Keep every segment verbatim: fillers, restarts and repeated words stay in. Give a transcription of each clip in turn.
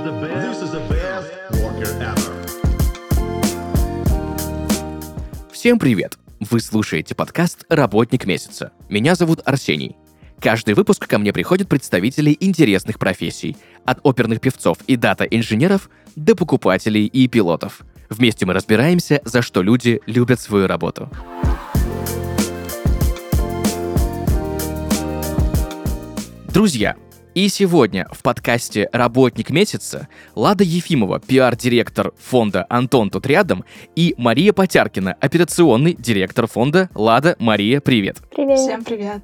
the best, this is the best worker ever. Всем привет! Вы слушаете подкаст «Работник месяца». Меня зовут Арсений. Каждый выпуск ко мне приходят представители интересных профессий, от оперных певцов и дата-инженеров до покупателей и пилотов. Вместе мы разбираемся, за что люди любят свою работу. Друзья, и сегодня в подкасте «Работник месяца» Лада Ефимова, пиар-директор фонда «Антон тут рядом», и Мария Потяркина, операционный директор фонда. Лада, Мария, привет. Привет. Всем привет.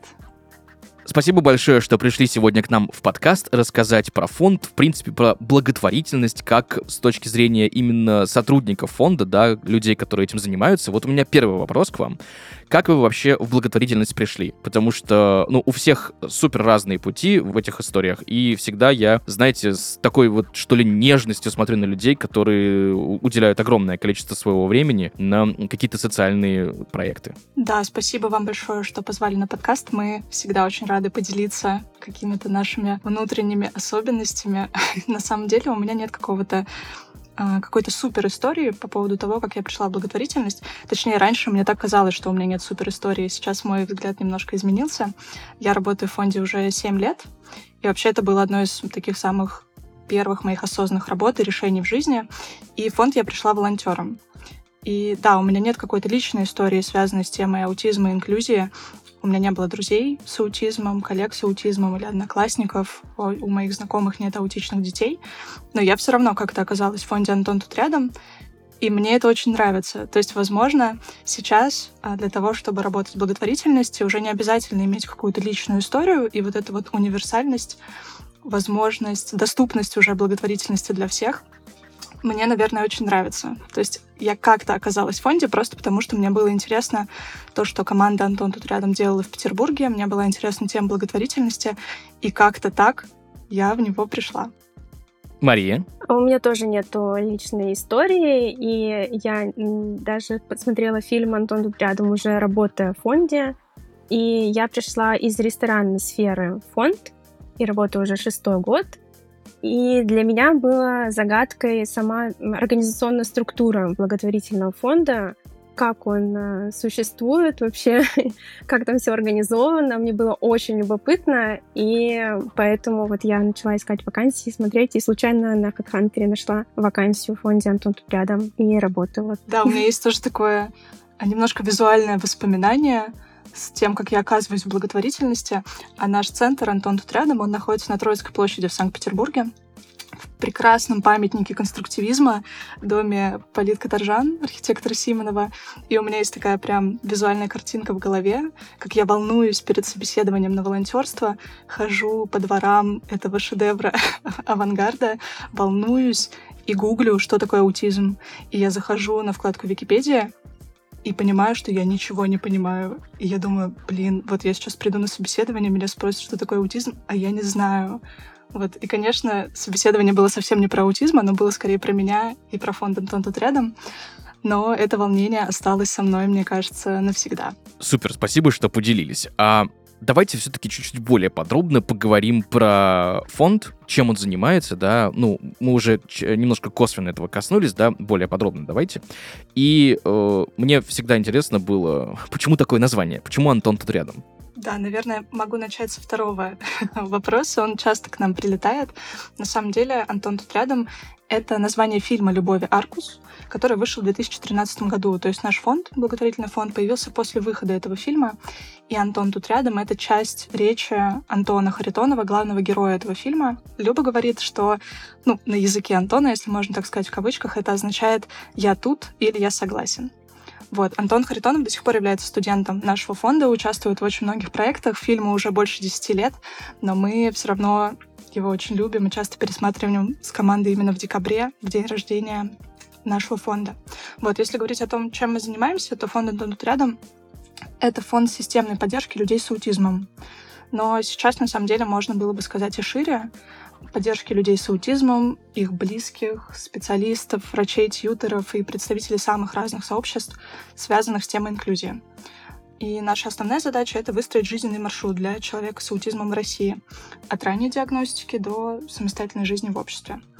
Спасибо большое, что пришли сегодня к нам в подкаст рассказать про фонд, в принципе, про благотворительность, как с точки зрения именно сотрудников фонда, да, людей, которые этим занимаются. Вот у меня первый вопрос к вам. Как вы вообще в благотворительность пришли? Потому что, ну, у всех супер разные пути в этих историях, и всегда я, знаете, с такой вот, что ли, нежностью смотрю на людей, которые уделяют огромное количество своего времени на какие-то социальные проекты. Да, спасибо вам большое, что позвали на подкаст. Мы всегда очень рады поделиться какими-то нашими внутренними особенностями. На самом деле у меня нет какого-то какой-то супер истории по поводу того, как я пришла в благотворительность. Точнее, раньше мне так казалось, что у меня нет супер истории. Сейчас мой взгляд немножко изменился. Я работаю в фонде уже семь лет. И вообще это было одно из таких самых первых моих осознанных работ и решений в жизни. И в фонд я пришла волонтером. И да, у меня нет какой-то личной истории, связанной с темой аутизма и инклюзии. У меня не было друзей с аутизмом, коллег с аутизмом или одноклассников. У моих знакомых нет аутичных детей. Но я все равно как-то оказалась в фонде «Антон тут рядом», и мне это очень нравится. То есть, возможно, сейчас для того, чтобы работать в благотворительности, уже не обязательно иметь какую-то личную историю, и вот эта вот универсальность, возможность, доступность уже благотворительности для всех мне, наверное, очень нравится. То есть я как-то оказалась в фонде просто потому, что мне было интересно то, что команда «Антон тут рядом» делала в Петербурге. Мне была интересна тема благотворительности, и как-то так я в него пришла. Мария? У меня тоже нету личной истории, и я даже посмотрела фильм «Антон тут рядом», уже работая в фонде, и я пришла из ресторанной сферы в фонд, и работаю уже шестой год. И для меня была загадкой сама организационная структура благотворительного фонда, как он существует вообще, как там все организовано. Мне было очень любопытно, и поэтому вот я начала искать вакансии, смотреть, и случайно на HeadHunter нашла вакансию в фонде «Антон тут рядом» и работала. Да, у меня есть тоже такое немножко визуальное воспоминание с тем, как я оказываюсь в благотворительности. А наш центр «Антон тут рядом», он находится на Троицкой площади в Санкт-Петербурге, в прекрасном памятнике конструктивизма, в доме Полит Каторжан, архитектора Симонова. И у меня есть такая прям визуальная картинка в голове, как я волнуюсь перед собеседованием на волонтерство, хожу по дворам этого шедевра авангарда, волнуюсь и гуглю, что такое аутизм. И я захожу на вкладку Википедия и понимаю, что я ничего не понимаю. И я думаю, блин, вот я сейчас приду на собеседование, меня спросят, что такое аутизм, а я не знаю. Вот. И, конечно, собеседование было совсем не про аутизм, оно было скорее про меня и про фонд «Антон тут рядом». Но это волнение осталось со мной, мне кажется, навсегда. Супер, спасибо, что поделились. А давайте все-таки чуть-чуть более подробно поговорим про фонд, чем он занимается, да, ну, мы уже немножко косвенно этого коснулись, да, более подробно давайте. И э, мне всегда интересно было, почему такое название, почему «Антон тут рядом»? Да, наверное, могу начать со второго вопроса, он часто к нам прилетает. На самом деле «Антон тут рядом» — это название фильма «Любовь Аркус», который вышел в две тысячи тринадцатом году. То есть наш фонд, благотворительный фонд, появился после выхода этого фильма. И «Антон тут рядом» — это часть речи Антона Харитонова, главного героя этого фильма. Люба говорит, что, ну, на языке Антона, если можно так сказать в кавычках, это означает «я тут» или «я согласен». Вот. Антон Харитонов до сих пор является студентом нашего фонда, участвует в очень многих проектах. Фильму уже больше десяти лет, но мы все равно его очень любим и часто пересматриваем с командой именно в декабре, в день рождения нашего фонда. Вот. Если говорить о том, чем мы занимаемся, то фонд «Антон тут рядом» — это фонд системной поддержки людей с аутизмом. Но сейчас, на самом деле, можно было бы сказать и шире. Поддержки людей с аутизмом, их близких, специалистов, врачей, тьюторов и представителей самых разных сообществ, связанных с темой инклюзии. И наша основная задача — это выстроить жизненный маршрут для человека с аутизмом в России, от ранней диагностики до самостоятельной жизни в обществе.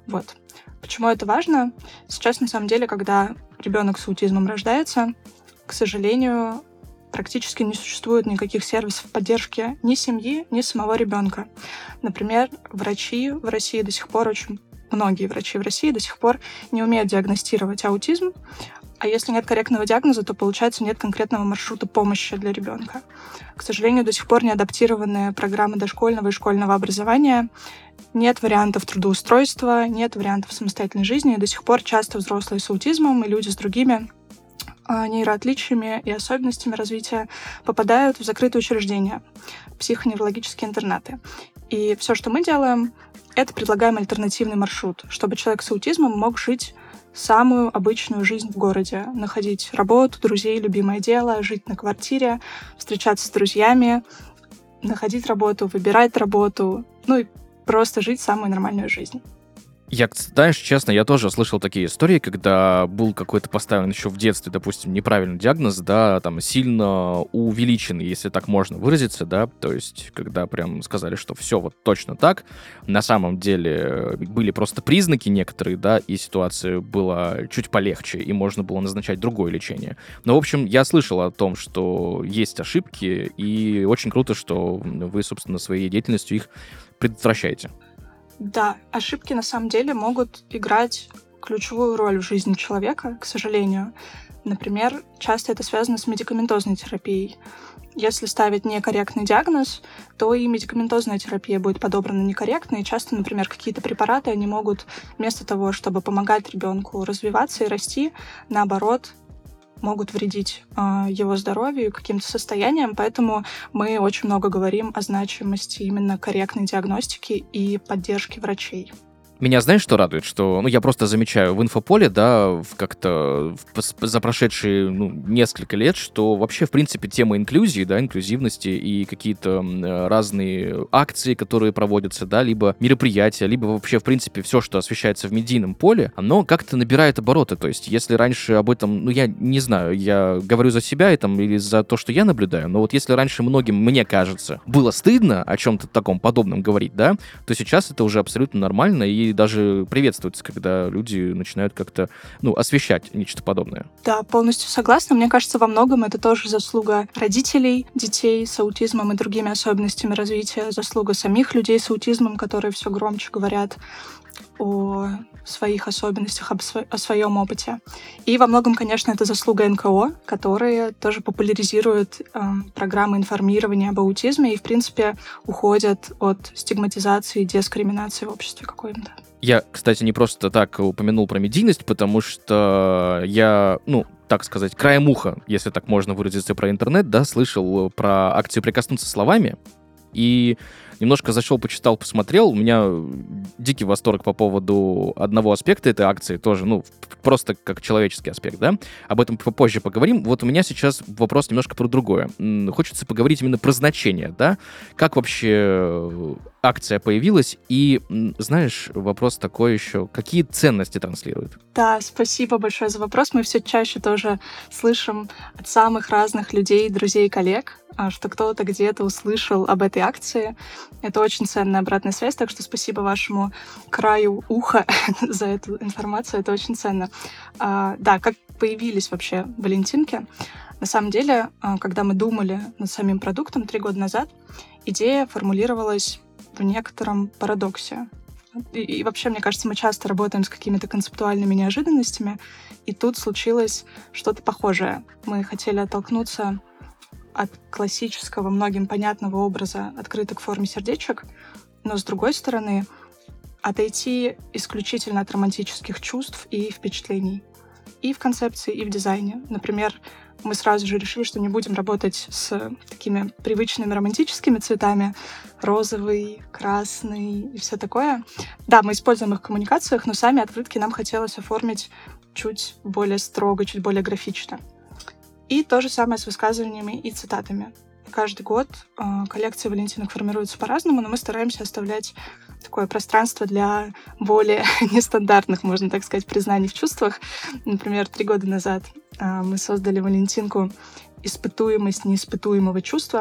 Вот. Почему это важно? Сейчас, на самом деле, когда ребенок с аутизмом рождается, к сожалению, практически не существует никаких сервисов поддержки ни семьи, ни самого ребенка. Например, врачи в России до сих пор, очень многие врачи в России до сих пор не умеют диагностировать аутизм, а если нет корректного диагноза, то, получается, нет конкретного маршрута помощи для ребенка. К сожалению, до сих пор не адаптированы программы дошкольного и школьного образования, нет вариантов трудоустройства, нет вариантов самостоятельной жизни, и до сих пор часто взрослые с аутизмом и люди с другими нейроотличиями и особенностями развития попадают в закрытые учреждения, психоневрологические интернаты. И все, что мы делаем, это предлагаем альтернативный маршрут, чтобы человек с аутизмом мог жить самую обычную жизнь в городе, находить работу, друзей, любимое дело, жить на квартире, встречаться с друзьями, находить работу, выбирать работу, ну и просто жить самую нормальную жизнь. Я, знаешь, честно, я тоже слышал такие истории, когда был какой-то поставлен еще в детстве, допустим, неправильный диагноз, да, там, сильно увеличенный, если так можно выразиться, да, то есть, когда прям сказали, что все вот точно так, на самом деле были просто признаки некоторые, да, и ситуация была чуть полегче, и можно было назначать другое лечение. Но, в общем, я слышал о том, что есть ошибки, и очень круто, что вы, собственно, своей деятельностью их предотвращаете. Да, ошибки на самом деле могут играть ключевую роль в жизни человека, к сожалению. Например, часто это связано с медикаментозной терапией. Если ставить некорректный диагноз, то и медикаментозная терапия будет подобрана некорректно, и часто, например, какие-то препараты, они могут вместо того, чтобы помогать ребенку развиваться и расти, наоборот, могут вредить э, его здоровью и каким-то состояниям, поэтому мы очень много говорим о значимости именно корректной диагностики и поддержки врачей. Меня, знаешь, что радует? Что, ну, я просто замечаю в инфополе, да, в как-то в, за прошедшие, ну, несколько лет, что вообще, в принципе, тема инклюзии, да, инклюзивности и какие-то разные акции, которые проводятся, да, либо мероприятия, либо вообще, в принципе, все, что освещается в медийном поле, оно как-то набирает обороты. То есть, если раньше об этом, ну, я не знаю, я говорю за себя и, там, или за то, что я наблюдаю, но вот если раньше многим, мне кажется, было стыдно о чем-то таком подобном говорить, да, то сейчас это уже абсолютно нормально, и даже приветствуется, когда люди начинают как-то, ну, освещать нечто подобное. Да, полностью согласна. Мне кажется, во многом это тоже заслуга родителей детей с аутизмом и другими особенностями развития, заслуга самих людей с аутизмом, которые все громче говорят о своих особенностях, об сво- о своем опыте. И во многом, конечно, это заслуга эн ка о, которые тоже популяризируют э, программы информирования об аутизме и, в принципе, уходят от стигматизации и дискриминации в обществе какой-то. Я, кстати, не просто так упомянул про медийность, потому что я, ну, так сказать, краем уха, если так можно выразиться, про интернет, да, слышал про акцию «Прикоснуться словами», и немножко зашел, почитал, посмотрел. У меня дикий восторг по поводу одного аспекта этой акции, тоже, ну, просто как человеческий аспект, да. Об этом попозже поговорим. Вот у меня сейчас вопрос немножко про другое. Хочется поговорить именно про значение, да. Как вообще акция появилась? И, знаешь, вопрос такой еще, какие ценности транслирует? Да, спасибо большое за вопрос. Мы все чаще тоже слышим от самых разных людей, друзей и коллег, что кто-то где-то услышал об этой акции. Это очень ценная обратная связь, так что спасибо вашему краю уха за эту информацию, это очень ценно. А, да, как появились вообще валентинки? На самом деле, когда мы думали над самим продуктом три года назад, идея формулировалась в некотором парадоксе. И, и вообще, мне кажется, мы часто работаем с какими-то концептуальными неожиданностями, и тут случилось что-то похожее. Мы хотели оттолкнуться от классического, многим понятного образа открыток в форме сердечек, но, с другой стороны, отойти исключительно от романтических чувств и впечатлений. И в концепции, и в дизайне. Например, мы сразу же решили, что не будем работать с такими привычными романтическими цветами. Розовый, красный и все такое. Да, мы используем их в коммуникациях, но сами открытки нам хотелось оформить чуть более строго, чуть более графично. И то же самое с высказываниями и цитатами. Каждый год э, коллекции валентинок формируются по-разному, но мы стараемся оставлять такое пространство для более нестандартных, можно так сказать, признаний в чувствах. Например, три года назад э, мы создали валентинку «Испытуемость неиспытуемого чувства».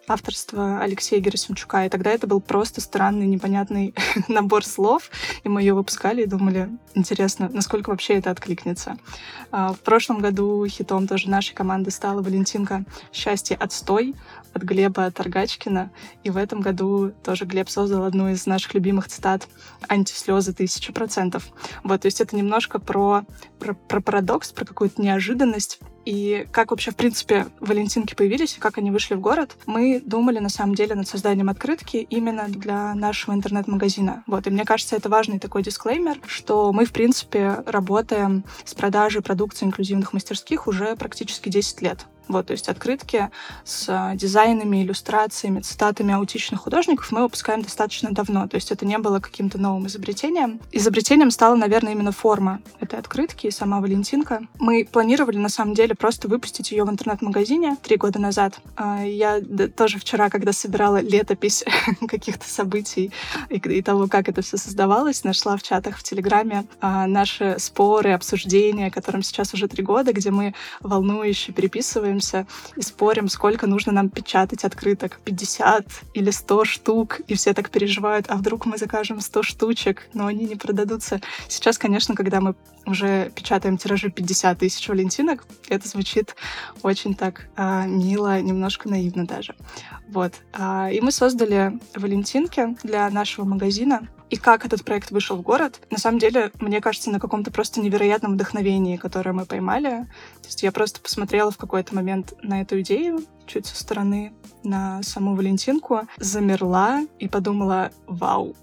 авторства Алексея Герасимчука. И тогда это был просто странный, непонятный набор слов, и мы ее выпускали и думали, интересно, насколько вообще это откликнется. В прошлом году хитом тоже нашей команды стала Валентинка «Счастье, отстой» от Глеба Таргачкина. И в этом году тоже Глеб создал одну из наших любимых цитат «Антислезы тысяча процентов». Вот, то есть это немножко про, про, про парадокс, про какую-то неожиданность. И как вообще, в принципе, Валентинки появились, и как они вышли в город, мы думали, на самом деле, над созданием открытки именно для нашего интернет-магазина. Вот, и мне кажется, это важный такой дисклеймер, что мы, в принципе, работаем с продажей продукции инклюзивных мастерских уже практически десять лет. Вот, то есть открытки с дизайнами, иллюстрациями, цитатами аутичных художников мы выпускаем достаточно давно. То есть это не было каким-то новым изобретением. Изобретением стала, наверное, именно форма этой открытки и сама Валентинка. Мы планировали, на самом деле, просто выпустить ее в интернет-магазине три года назад. Я тоже вчера, когда собирала летопись каких-то событий и того, как это все создавалось, нашла в чатах в Телеграме наши споры, обсуждения, которым сейчас уже три года, где мы волнующе переписываем и спорим, сколько нужно нам печатать открыток. пятьдесят или сто штук. И все так переживают, а вдруг мы закажем сто штучек, но они не продадутся. Сейчас, конечно, когда мы уже печатаем тиражи пятьдесят тысяч валентинок, это звучит очень так а, мило, немножко наивно даже. Вот. А, и мы создали валентинки для нашего магазина. И как этот проект вышел в город, на самом деле, мне кажется, на каком-то просто невероятном вдохновении, которое мы поймали. То есть я просто посмотрела в какой-то момент на эту идею, чуть со стороны, на саму Валентинку, замерла и подумала «Вау!».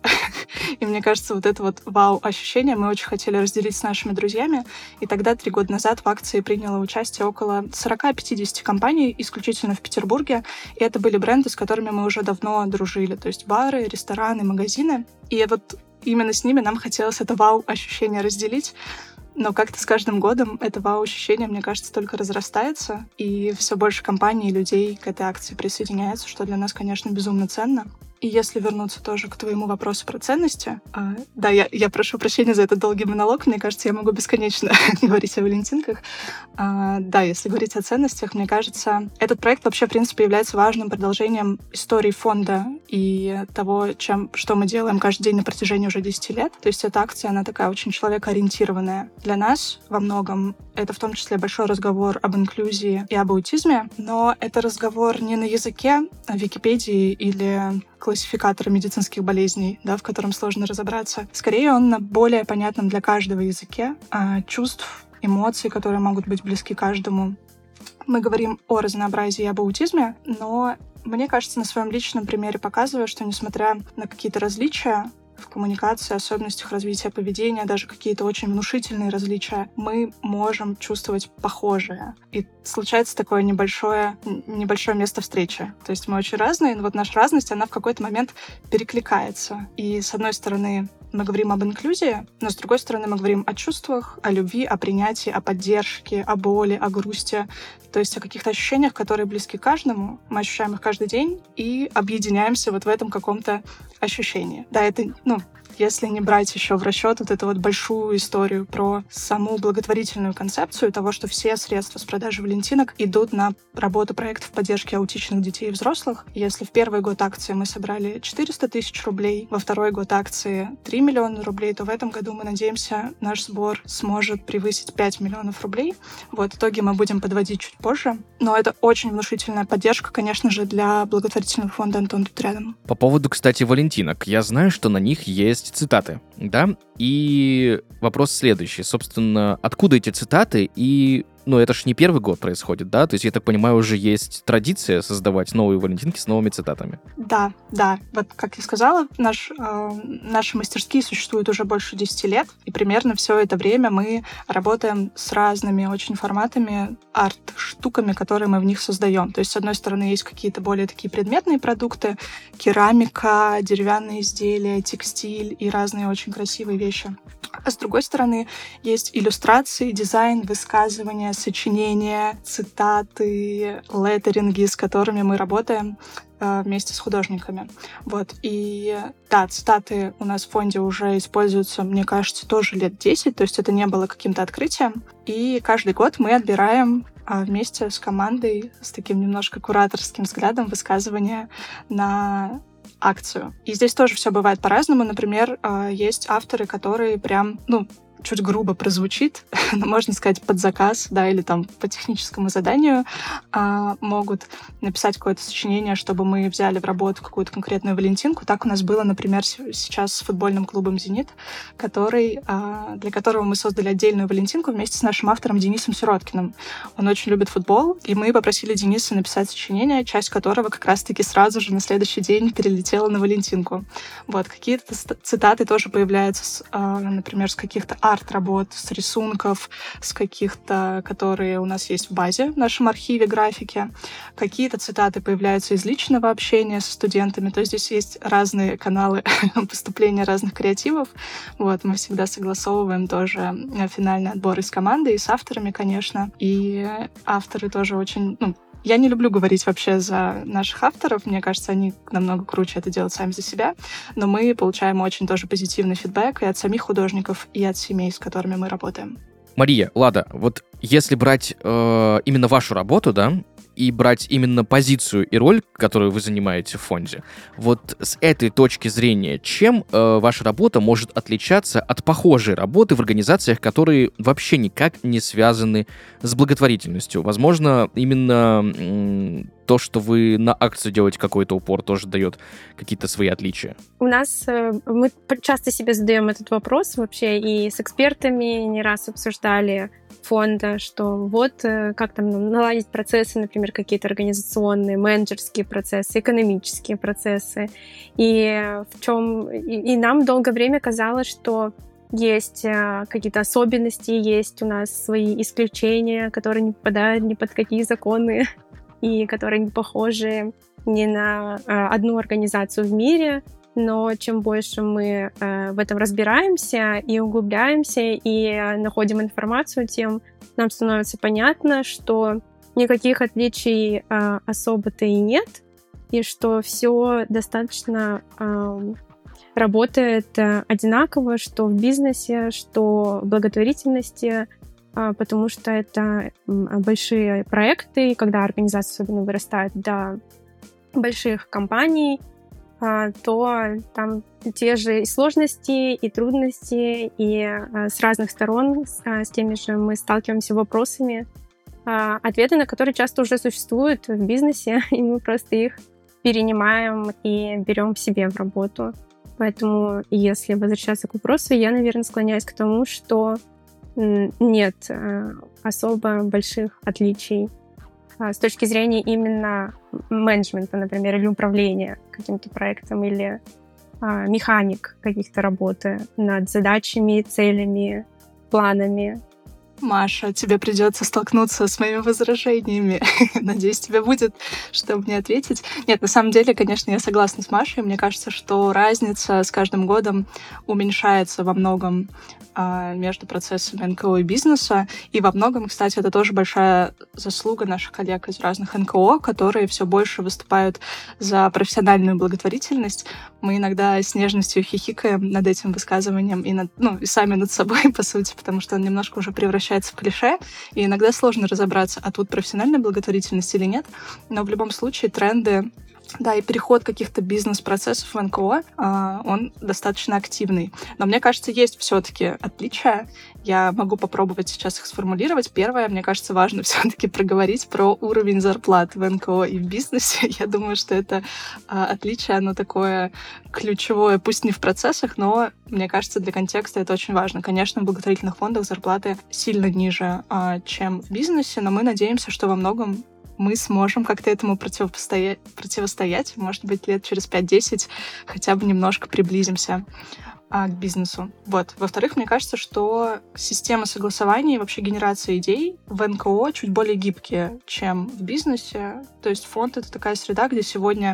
И мне кажется, вот это вот вау-ощущение мы очень хотели разделить с нашими друзьями. И тогда, три года назад, в акции приняло участие около сорок-пятьдесят компаний, исключительно в Петербурге. И это были бренды, с которыми мы уже давно дружили. То есть бары, рестораны, магазины. И вот именно с ними нам хотелось это вау-ощущение разделить. Но как-то с каждым годом это вау-ощущение, мне кажется, только разрастается, и все больше компаний и людей к этой акции присоединяются, что для нас, конечно, безумно ценно. И если вернуться тоже к твоему вопросу про ценности, а, да, я, я прошу прощения за этот долгий монолог, мне кажется, я могу бесконечно говорить о валентинках. А, да, если говорить о ценностях, мне кажется, этот проект вообще, в принципе, является важным продолжением истории фонда и того, чем, что мы делаем каждый день на протяжении уже десяти лет. То есть эта акция, она такая очень человекоориентированная. Для нас во многом это в том числе большой разговор об инклюзии и об аутизме, но это разговор не на языке Википедии или классификатора медицинских болезней, да, в котором сложно разобраться. Скорее, он на более понятном для каждого языке а, чувств, эмоций, которые могут быть близки каждому. Мы говорим о разнообразии и об аутизме, но мне кажется, на своем личном примере показываю, что несмотря на какие-то различия в коммуникации, особенностях развития поведения, даже какие-то очень внушительные различия, мы можем чувствовать похожее. И случается такое небольшое, небольшое место встречи. То есть мы очень разные, но вот наша разность, она в какой-то момент перекликается. И с одной стороны, мы говорим об инклюзии, но с другой стороны мы говорим о чувствах, о любви, о принятии, о поддержке, о боли, о грусти. То есть о каких-то ощущениях, которые близки каждому. Мы ощущаем их каждый день и объединяемся вот в этом каком-то ощущении. Да, это, ну, если не брать еще в расчет вот эту вот большую историю про саму благотворительную концепцию того, что все средства с продажи валентинок идут на работу проектов поддержки аутичных детей и взрослых. Если в первый год акции мы собрали четыреста тысяч рублей, во второй год акции три миллиона рублей, то в этом году мы надеемся, наш сбор сможет превысить пять миллионов рублей. Вот, итоги мы будем подводить чуть позже. Но это очень внушительная поддержка, конечно же, для благотворительного фонда «Антон тут рядом». По поводу, кстати, валентинок. Я знаю, что на них есть цитаты, да? И вопрос следующий. Собственно, откуда эти цитаты? И, ну, это ж не первый год происходит, да? То есть, я так понимаю, уже есть традиция создавать новые валентинки с новыми цитатами. Да, да. Вот, как я сказала, наш, э, наши мастерские существуют уже больше десяти лет, и примерно все это время мы работаем с разными очень форматами, арт-штуками, которые мы в них создаем. То есть, с одной стороны, есть какие-то более такие предметные продукты, керамика, деревянные изделия, текстиль и разные очень красивые вещи. А с другой стороны, есть иллюстрации, дизайн, высказывания, сочинения, цитаты, леттеринги, с которыми мы работаем э, вместе с художниками. Вот. И да, цитаты у нас в фонде уже используются, мне кажется, тоже лет десять, то есть это не было каким-то открытием. И каждый год мы отбираем а, вместе с командой, с таким немножко кураторским взглядом высказывания на акцию. И здесь тоже все бывает по-разному. Например, а, есть авторы, которые прям, ну, чуть грубо прозвучит, но можно сказать под заказ, да, или там по техническому заданию а, могут написать какое-то сочинение, чтобы мы взяли в работу какую-то конкретную валентинку. Так у нас было, например, сейчас с футбольным клубом «Зенит», который, а, для которого мы создали отдельную валентинку вместе с нашим автором Денисом Сироткиным. Он очень любит футбол, и мы попросили Дениса написать сочинение, часть которого как раз-таки сразу же на следующий день перелетела на валентинку. Вот, какие-то цитаты тоже появляются, с, а, например, с каких-то арт-работ, с рисунков, с каких-то, которые у нас есть в базе, в нашем архиве графики. Какие-то цитаты появляются из личного общения со студентами. То есть здесь есть разные каналы поступления разных креативов. Вот, мы всегда согласовываем тоже финальный отбор из команды и с авторами, конечно. И авторы тоже очень... Ну, я не люблю говорить вообще за наших авторов. Мне кажется, они намного круче это делают сами за себя. Но мы получаем очень тоже позитивный фидбэк и от самих художников, и от семей, с которыми мы работаем. Мария, Лада, вот если брать э, именно вашу работу, да, и брать именно позицию и роль, которую вы занимаете в фонде, вот с этой точки зрения, чем э, ваша работа может отличаться от похожей работы в организациях, которые вообще никак не связаны с благотворительностью? Возможно, именно м- то, что вы на акцию делаете какой-то упор, тоже дает какие-то свои отличия. У нас э, мы часто себе задаем этот вопрос вообще, и с экспертами не раз обсуждали фонда, что вот э, как там наладить процессы, например, какие-то организационные, менеджерские процессы, экономические процессы. И в чем и, и нам долгое время казалось, что есть э, какие-то особенности, есть у нас свои исключения, которые не попадают ни под какие законы и которые не похожи ни на э, одну организацию в мире. Но чем больше мы э, в этом разбираемся и углубляемся, и э, находим информацию, тем нам становится понятно, что никаких отличий э, особо-то и нет, и что все достаточно э, работает э, одинаково, что в бизнесе, что в благотворительности, э, потому что это э, большие проекты, и когда организация особенно вырастает до больших компаний, то там те же и сложности, и трудности, и а, с разных сторон с, а, с теми же мы сталкиваемся вопросами, а, ответы на которые часто уже существуют в бизнесе, и мы просто их перенимаем и берем в себе в работу. Поэтому, если возвращаться к вопросу, я, наверное, склоняюсь к тому, что нет а, особо больших отличий с точки зрения именно менеджмента, например, или управления каким-то проектом, или а, механик каких-то работы над задачами, целями, планами. Маша, тебе придется столкнуться с моими возражениями. Надеюсь, тебе будет, что мне ответить. Нет, на самом деле, конечно, я согласна с Машей. Мне кажется, что разница с каждым годом уменьшается во многом а, между процессами эн ка о и бизнеса. И во многом, кстати, это тоже большая заслуга наших коллег из разных эн ка о, которые все больше выступают за профессиональную благотворительность. Мы иногда с нежностью хихикаем над этим высказыванием и, над, ну, и сами над собой, по сути, потому что он немножко уже превращается в клише, и иногда сложно разобраться, а тут профессиональная благотворительность или нет. Но в любом случае тренды, да, и переход каких-то бизнес-процессов в эн ка о, а, он достаточно активный. Но мне кажется, есть все-таки отличия. Я могу попробовать сейчас их сформулировать. Первое, мне кажется, важно все-таки проговорить про уровень зарплат в эн ка о и в бизнесе. Я думаю, что это а, отличие, оно такое ключевое, пусть не в процессах, но, мне кажется, для контекста это очень важно. Конечно, в благотворительных фондах зарплаты сильно ниже, а, чем в бизнесе, но мы надеемся, что во многом мы сможем как-то этому противостоять, противостоять, может быть, лет через пять-десять хотя бы немножко приблизимся а, к бизнесу. Вот. Во-вторых, мне кажется, что система согласования и вообще генерация идей в эн ка о чуть более гибкие, чем в бизнесе. То есть фонд — это такая среда, где сегодня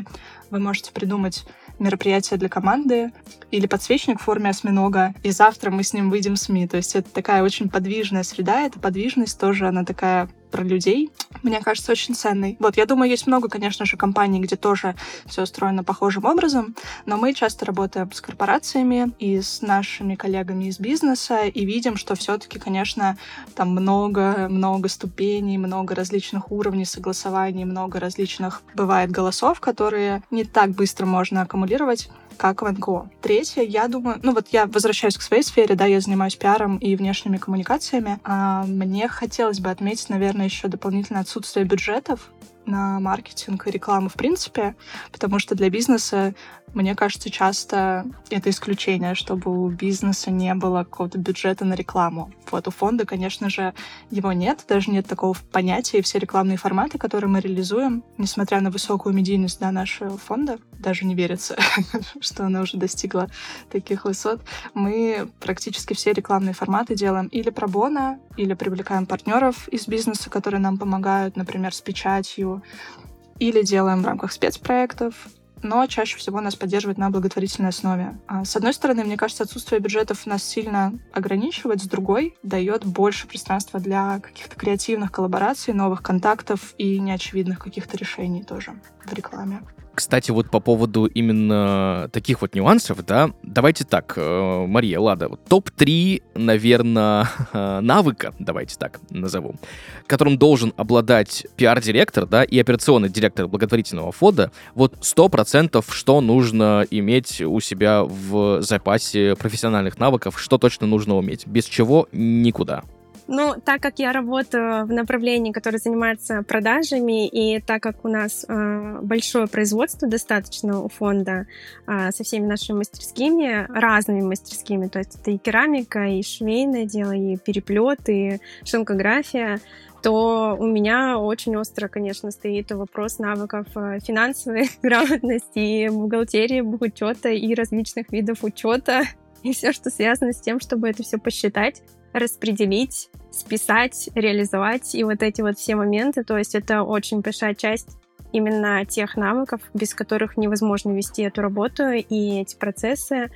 Вы можете придумать мероприятие для команды или подсвечник в форме осьминога, и завтра мы с ним выйдем в СМИ. То есть это такая очень подвижная среда, эта подвижность тоже, она такая про людей, мне кажется, очень ценной. Вот, я думаю, есть много, конечно же, компаний, где тоже все устроено похожим образом, но мы часто работаем с корпорациями и с нашими коллегами из бизнеса и видим, что все-таки, конечно, там много-много ступеней, много различных уровней согласований, много различных, бывает, голосов, которые не так быстро можно аккумулировать, как в эн ка о. Третье, я думаю, ну вот я возвращаюсь к своей сфере, да, я занимаюсь пиаром и внешними коммуникациями. А мне хотелось бы отметить, наверное, еще дополнительное отсутствие бюджетов на маркетинг и рекламу в принципе, потому что для бизнеса, мне кажется, часто это исключение, чтобы у бизнеса не было какого-то бюджета на рекламу. Вот у фонда, конечно же, его нет, даже нет такого понятия, и все рекламные форматы, которые мы реализуем, несмотря на высокую медийность, да, нашего фонда, даже не верится, что она уже достигла таких высот, мы практически все рекламные форматы делаем или пробона, или привлекаем партнеров из бизнеса, которые нам помогают, например, с печатью, или делаем в рамках спецпроектов, но чаще всего нас поддерживают на благотворительной основе. С одной стороны, мне кажется, отсутствие бюджетов нас сильно ограничивает, с другой дает больше пространства для каких-то креативных коллабораций, новых контактов и неочевидных каких-то решений тоже в рекламе. Кстати, вот по поводу именно таких вот нюансов, да, давайте так, э, Мария, Лада, вот топ три, наверное, навыка, давайте так назову, которым должен обладать пиар-директор, да, и операционный директор благотворительного фонда, вот сто процентов, что нужно иметь у себя в запасе профессиональных навыков, что точно нужно уметь, без чего никуда. Ну, так как я работаю в направлении, которое занимается продажами, и так как у нас э, большое производство достаточно у фонда э, со всеми нашими мастерскими, разными мастерскими, то есть это и керамика, и швейное дело, и переплет, и шелкография, то у меня очень остро, конечно, стоит вопрос навыков финансовой грамотности, и бухгалтерии, бухучета, и различных видов учета, и все, что связано с тем, чтобы это все посчитать, распределить, списать, реализовать, и вот эти вот все моменты, то есть это очень большая часть именно тех навыков, без которых невозможно вести эту работу и эти процессы.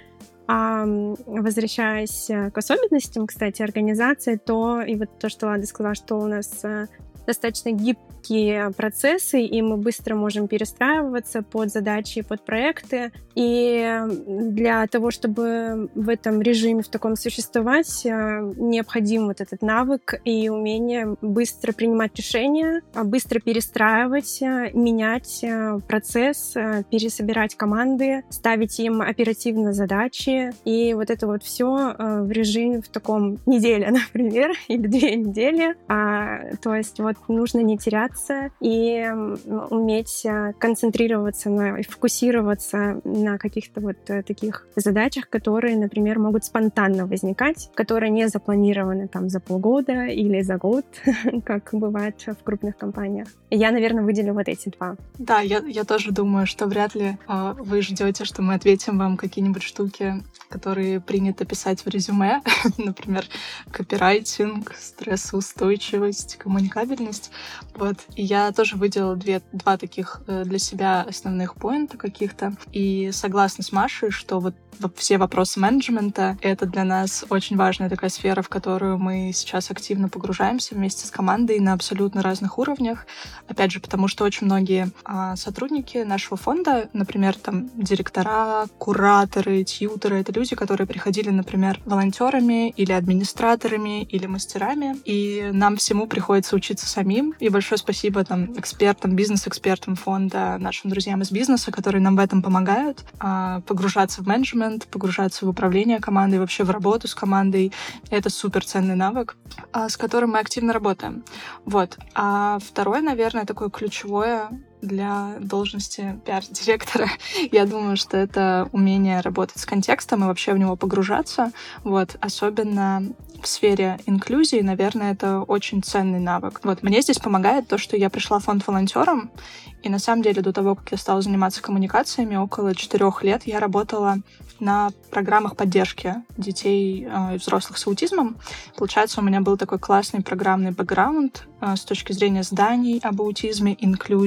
А возвращаясь к особенностям, кстати, организации, то и вот то, что Лада сказала, что у нас достаточно гибкие процессы, и мы быстро можем перестраиваться под задачи, под проекты. И для того, чтобы в этом режиме, в таком существовать, необходим вот этот навык и умение быстро принимать решения, быстро перестраивать, менять процесс, пересобирать команды, ставить им оперативно задачи. И вот это вот все в режиме в таком неделе, например, или две недели. А, то есть вот нужно не теряться и уметь концентрироваться на, и фокусироваться на каких-то вот таких задачах, которые, например, могут спонтанно возникать, которые не запланированы там за полгода или за год, как бывает в крупных компаниях. Я, наверное, выделю вот эти два. Да, я, я тоже думаю, что вряд ли э, вы ждете, что мы ответим вам какие-нибудь штуки, которые принято писать в резюме, например, копирайтинг, стрессоустойчивость, коммуникабельность. Вот. И я тоже выделила две, два таких для себя основных поинта каких-то. И согласна с Машей, что вот все вопросы менеджмента — это для нас очень важная такая сфера, в которую мы сейчас активно погружаемся вместе с командой на абсолютно разных уровнях. Опять же, потому что очень многие а, сотрудники нашего фонда, например, там директора, кураторы, тьюторы — это люди, которые приходили, например, волонтерами или администраторами или мастерами, и нам всему приходится учиться самим. И большое спасибо там экспертам, бизнес-экспертам фонда, нашим друзьям из бизнеса, которые нам в этом помогают а, погружаться в менеджмент, погружаться в управление командой, вообще в работу с командой. Это супер ценный навык, с которым мы активно работаем. Вот. А второе, наверное, такое ключевое для должности пиар-директора, я думаю, что это умение работать с контекстом и вообще в него погружаться. Вот. Особенно в сфере инклюзии, наверное, это очень ценный навык. Вот. Мне здесь помогает то, что я пришла в фонд волонтером, и на самом деле до того, как я стала заниматься коммуникациями, около четырех лет я работала на программах поддержки детей э, и взрослых с аутизмом. Получается, у меня был такой классный программный бэкграунд э, с точки зрения зданий об аутизме, инклюзии, с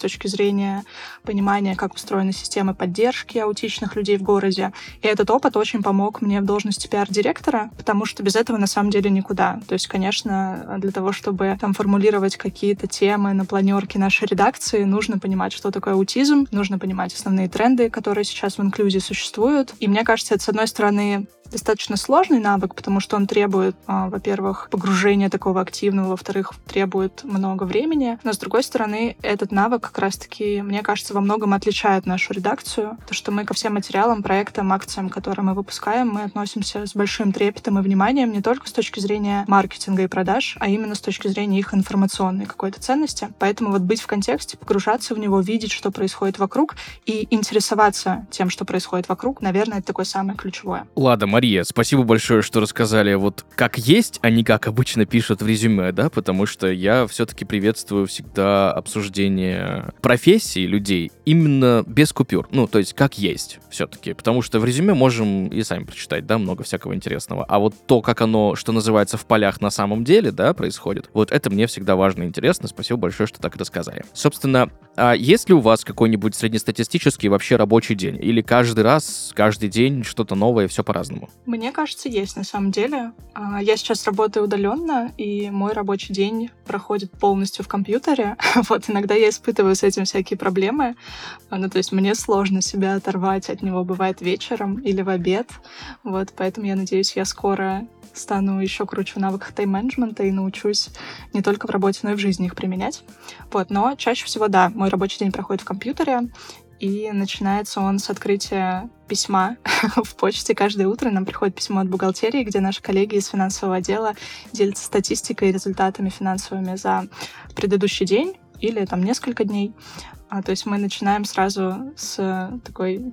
точки зрения понимания, как устроены системы поддержки аутичных людей в городе. И этот опыт очень помог мне в должности пиар-директора, потому что без этого на самом деле никуда. То есть, конечно, для того, чтобы там формулировать какие-то темы на планерке нашей редакции, нужно понимать, что такое аутизм, нужно понимать основные тренды, которые сейчас в инклюзии существуют. И мне кажется, это, с одной стороны, достаточно сложный навык, потому что он требует, а, во-первых, погружения такого активного, во-вторых, требует много времени. Но, с другой стороны, этот навык как раз-таки, мне кажется, во многом отличает нашу редакцию. То, что мы ко всем материалам, проектам, акциям, которые мы выпускаем, мы относимся с большим трепетом и вниманием не только с точки зрения маркетинга и продаж, а именно с точки зрения их информационной какой-то ценности. Поэтому вот быть в контексте, погружаться в него, видеть, что происходит вокруг, и интересоваться тем, что происходит вокруг, наверное, это такое самое ключевое. Ладно, Мария, спасибо большое, что рассказали вот как есть, а не как обычно пишут в резюме, да, потому что я все-таки приветствую всегда обсуждение профессий людей именно без купюр, ну, то есть как есть все-таки, потому что в резюме можем и сами прочитать, да, много всякого интересного, а вот то, как оно, что называется, в полях на самом деле, да, происходит, вот это мне всегда важно и интересно, спасибо большое, что так рассказали. Собственно, а есть ли у вас какой-нибудь среднестатистический вообще рабочий день, или каждый раз, каждый день что-то новое, все по-разному? Мне кажется, есть на самом деле. Я сейчас работаю удаленно, и мой рабочий день проходит полностью в компьютере. Вот иногда я испытываю с этим всякие проблемы. Ну, то есть мне сложно себя оторвать от него, бывает вечером или в обед. Вот, поэтому я надеюсь, я скоро стану еще круче в навыках тайм-менеджмента и научусь не только в работе, но и в жизни их применять. Вот, но чаще всего, да, мой рабочий день проходит в компьютере, и начинается он с открытия письма в почте. Каждое утро нам приходит письмо от бухгалтерии, где наши коллеги из финансового отдела делятся статистикой и результатами финансовыми за предыдущий день или там несколько дней. А, то есть мы начинаем сразу с такой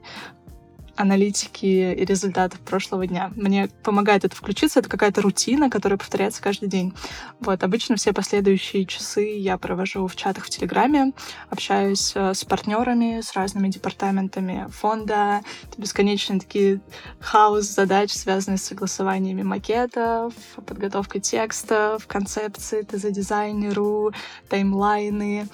аналитики и результатов прошлого дня. Мне помогает это включиться, это какая-то рутина, которая повторяется каждый день. Вот, обычно все последующие часы я провожу в чатах в Телеграме, общаюсь с партнерами, с разными департаментами фонда. Это бесконечные такие хаос задач, связанные с согласованиями макетов, подготовкой текстов, концепций, ТЗ-дизайнеру, таймлайны.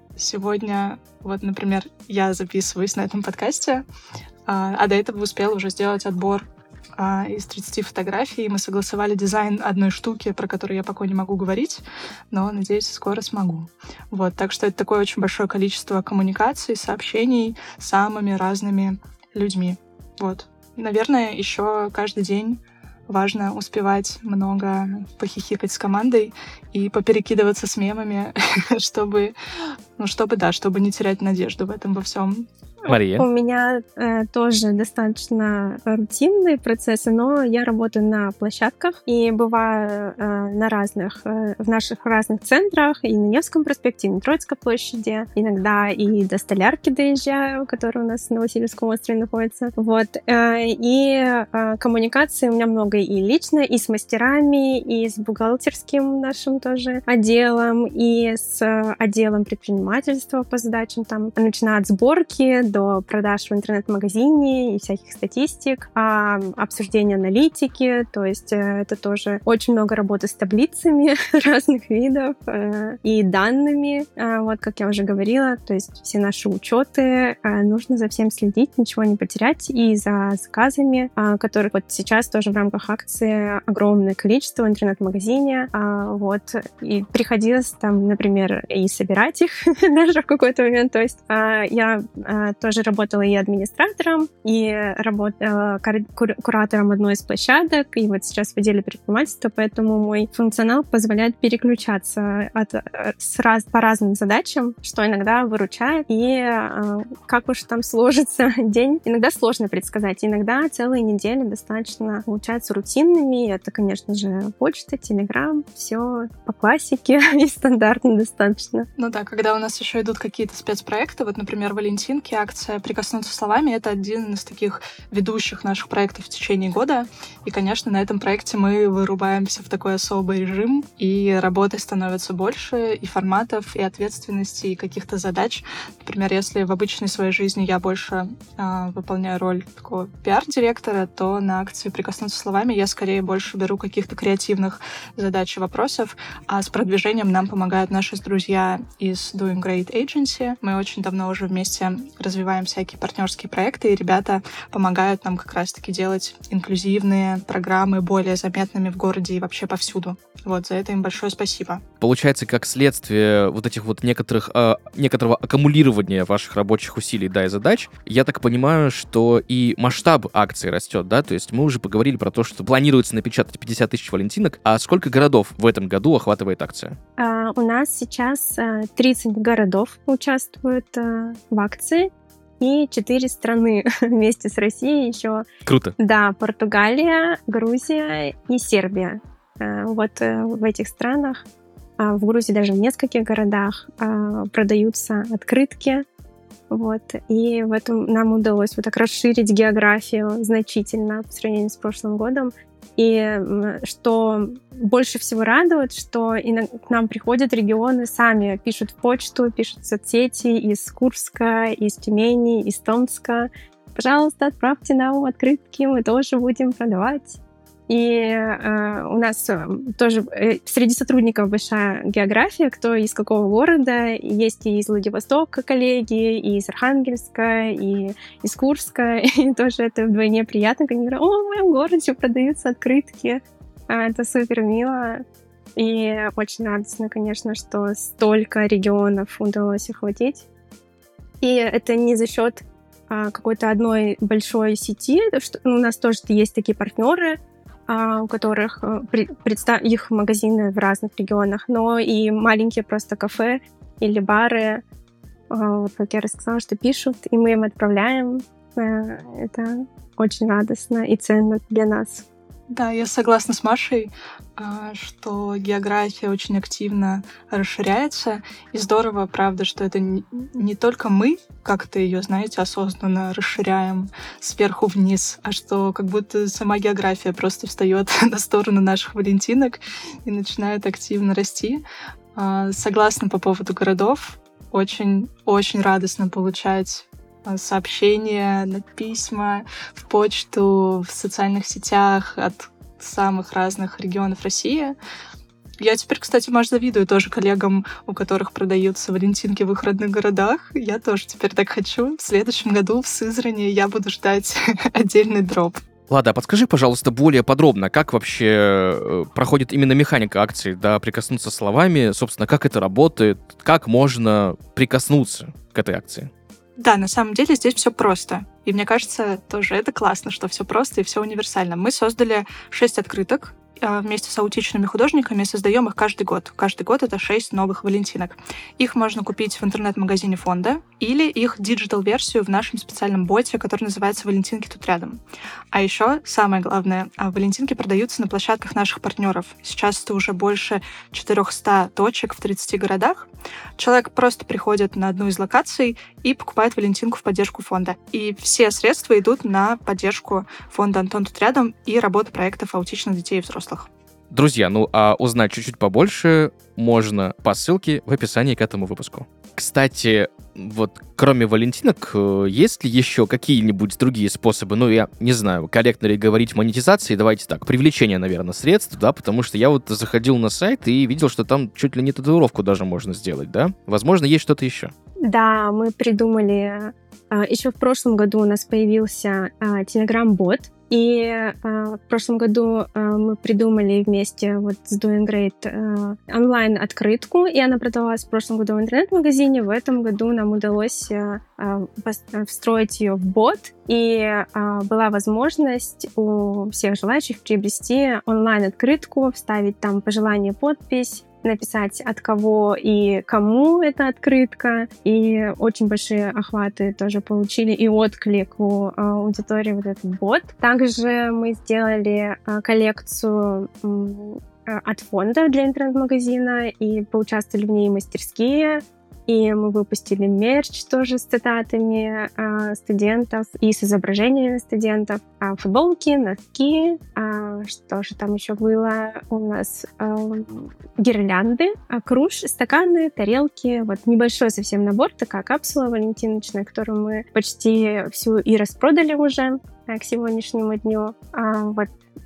Сегодня, вот, например, я записываюсь на этом подкасте, а до этого успела уже сделать отбор а, из тридцати фотографий, и мы согласовали дизайн одной штуки, про которую я пока не могу говорить, но, надеюсь, скоро смогу. Вот, так что это такое очень большое количество коммуникаций, сообщений с самыми разными людьми. Вот. Наверное, еще каждый день важно успевать много похихикать с командой и поперекидываться с мемами, чтобы, ну, чтобы, да, чтобы не терять надежду в этом во всем. Мария? У меня э, тоже достаточно рутинные процессы, но я работаю на площадках и бываю э, на разных, э, в наших разных центрах, и на Невском проспекте, и на Троицкой площади, иногда и до Столярки доезжаю, которая у нас на Васильевском острове находится. Вот. Э, и э, коммуникации у меня много и лично, и с мастерами, и с бухгалтерским нашим тоже отделом, и с отделом предпринимательства по задачам, там, начиная от сборки до продаж в интернет-магазине и всяких статистик, а, обсуждение аналитики, то есть это тоже очень много работы с таблицами разных видов э, и данными, э, вот как я уже говорила, то есть все наши учеты, э, нужно за всем следить, ничего не потерять, и за заказами, э, которых вот сейчас тоже в рамках акции огромное количество в интернет-магазине, э, вот, и приходилось там, например, и собирать их даже в какой-то момент, то есть э, я э, тоже работала и администратором, и работала куратором одной из площадок, и вот сейчас в отделе предпринимательства, поэтому мой функционал позволяет переключаться от, с раз, по разным задачам, что иногда выручает, и э, как уж там сложится день, иногда сложно предсказать, иногда целые недели достаточно получаются рутинными, это, конечно же, почта, телеграм, все по классике и стандартно достаточно. Ну да, когда у нас еще идут какие-то спецпроекты, вот, например, Валентинки, акция «Прикоснуться словами» — это один из таких ведущих наших проектов в течение года. И, конечно, на этом проекте мы вырубаемся в такой особый режим, и работы становится больше, и форматов, и ответственности, и каких-то задач. Например, если в обычной своей жизни я больше э, выполняю роль такого пиар-директора, то на акции «Прикоснуться словами» я скорее больше беру каких-то креативных задач и вопросов, а с продвижением нам помогают наши друзья из Doing Doing Great Agency. Мы очень давно уже вместе развиваем всякие партнерские проекты, и ребята помогают нам как раз-таки делать инклюзивные программы более заметными в городе и вообще повсюду. Вот, за это им большое спасибо. Получается, как следствие вот этих вот некоторых, э, некоторого аккумулирования ваших рабочих усилий, да, и задач, я так понимаю, что и масштаб акции растет, да? То есть мы уже поговорили про то, что планируется напечатать пятьдесят тысяч валентинок, а сколько городов в этом году охватывает акция? А, у нас сейчас а, тридцать городов участвуют а, в акции, и четыре страны вместе с Россией еще. Круто. Да, Португалия, Грузия и Сербия. А, вот а, в этих странах, а, в Грузии даже в нескольких городах а, продаются открытки. Вот. И в этом нам удалось вот так расширить географию значительно по сравнению с прошлым годом. И что больше всего радует, что к нам приходят регионы сами, пишут в почту, пишут в соцсети из Курска, из Тюмени, из Томска. Пожалуйста, отправьте нам открытки, мы тоже будем продавать. И э, у нас тоже э, среди сотрудников большая география, кто из какого города. Есть и из Владивостока коллеги, и из Архангельска, и из Курска. И тоже это вдвойне приятно, когда они говорят: о, в моем городе продаются открытки. Это супер мило. И очень радостно, конечно, что столько регионов удалось охватить. И это не за счет а, какой-то одной большой сети. Что, ну, у нас тоже есть такие партнеры, у которых представ... их магазины в разных регионах, но и маленькие просто кафе или бары, вот как я рассказала, что пишут, и мы им отправляем. Это очень радостно и ценно для нас. Да, я согласна с Машей, что география очень активно расширяется. И здорово, правда, что это не только мы как-то ее, знаете, осознанно расширяем сверху вниз, а что как будто сама география просто встает на сторону наших валентинок и начинает активно расти. Согласна по поводу городов. Очень-очень радостно получать сообщения, письма в почту, в социальных сетях от самых разных регионов России. Я теперь, кстати, Маш, завидую тоже коллегам, у которых продаются валентинки в их родных городах. Я тоже теперь так хочу. В следующем году в Сызрани я буду ждать отдельный дроп. Лада, подскажи, пожалуйста, более подробно, как вообще проходит именно механика акции, да, прикоснуться словами, собственно, как это работает, как можно прикоснуться к этой акции? Да, на самом деле здесь все просто. И мне кажется, тоже это классно, что все просто и все универсально. Мы создали шесть открыток. Вместе с аутичными художниками создаем их каждый год. Каждый год это шесть новых валентинок. Их можно купить в интернет-магазине фонда или их диджитал-версию в нашем специальном боте, который называется «Валентинки тут рядом». А еще, самое главное, валентинки продаются на площадках наших партнеров. Сейчас это уже больше четыреста точек в тридцати городах. Человек просто приходит на одну из локаций и покупает валентинку в поддержку фонда. И все средства идут на поддержку фонда «Антон тут рядом» и работу проектов аутичных детей и взрослых. Друзья, ну а узнать чуть-чуть побольше можно по ссылке в описании к этому выпуску. Кстати, вот кроме валентинок, есть ли еще какие-нибудь другие способы, ну, я не знаю, корректно ли говорить монетизации, давайте так, привлечение, наверное, средств, да, потому что я вот заходил на сайт и видел, что там чуть ли не татуировку даже можно сделать, да? Возможно, есть что-то еще. Да, мы придумали... Еще в прошлом году у нас появился Telegram-бот, и э, в прошлом году э, мы придумали вместе вот с Doing Great э, онлайн-открытку, и она продавалась в прошлом году в интернет-магазине. В этом году нам удалось э, э, встроить ее в бот, и э, была возможность у всех желающих приобрести онлайн-открытку, вставить там пожелание, подпись, написать, от кого и кому эта открытка. И очень большие охваты тоже получили и отклик у аудитории вот этот бот. Также мы сделали коллекцию от фонда для интернет-магазина, и поучаствовали в ней мастерские. И мы выпустили мерч тоже с цитатами э, студентов и с изображениями студентов. А футболки, носки, а что же там еще было у нас? Э, гирлянды, а круж, стаканы, тарелки. Вот небольшой совсем набор, такая капсула валентиночная, которую мы почти всю и распродали уже к сегодняшнему дню. А, вот